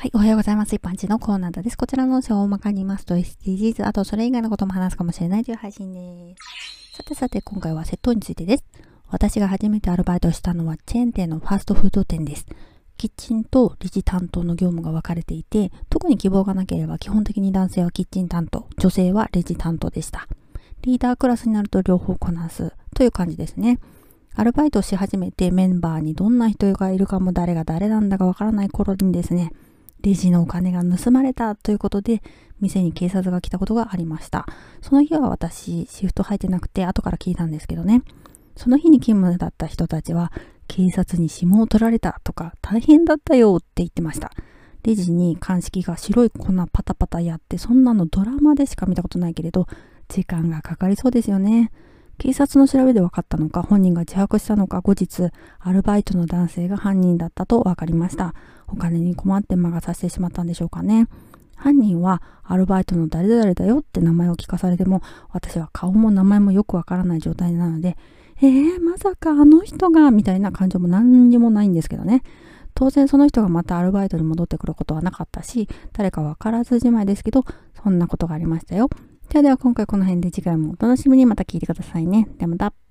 はい、おはようございます。一般人のコーナーです。こちらの音声を大まかに言いますと SDGs、あとそれ以外のことも話すかもしれないという配信です。さて、今回は窃盗についてです。私が初めてアルバイトしたのはチェーン店のファーストフード店です。キッチンと理事担当の業務が分かれていて、特に希望がなければ基本的に男性はキッチン担当、女性はレジ担当でした。リーダークラスになると両方こなすという感じですね。アルバイトをし始めてメンバーにどんな人がいるかも誰が誰なんだかわからない頃にですね、レジのお金が盗まれたということで、店に警察が来たことがありました。その日は私、シフト入ってなくて、後から聞いたんですけどね。その日に勤務だった人たちは、警察に指紋を取られたとか、大変だったよって言ってました。レジに鑑識が白い粉パタパタやって、そんなのドラマでしか見たことないけれど、時間がかかりそうですよね。警察の調べで分かったのか、本人が自白したのか、後日、アルバイトの男性が犯人だったと分かりました。お金に困って魔が差してしまったんでしょうかね。犯人はアルバイトの誰々だよって名前を聞かされても、私は顔も名前もよくわからない状態なので、まさかあの人がみたいな感情も何にもないんですけどね。当然その人がまたアルバイトに戻ってくることはなかったし、誰かわからずじまいですけど、そんなことがありましたよ。では今回この辺で次回もお楽しみにまた聞いてくださいね。ではまた。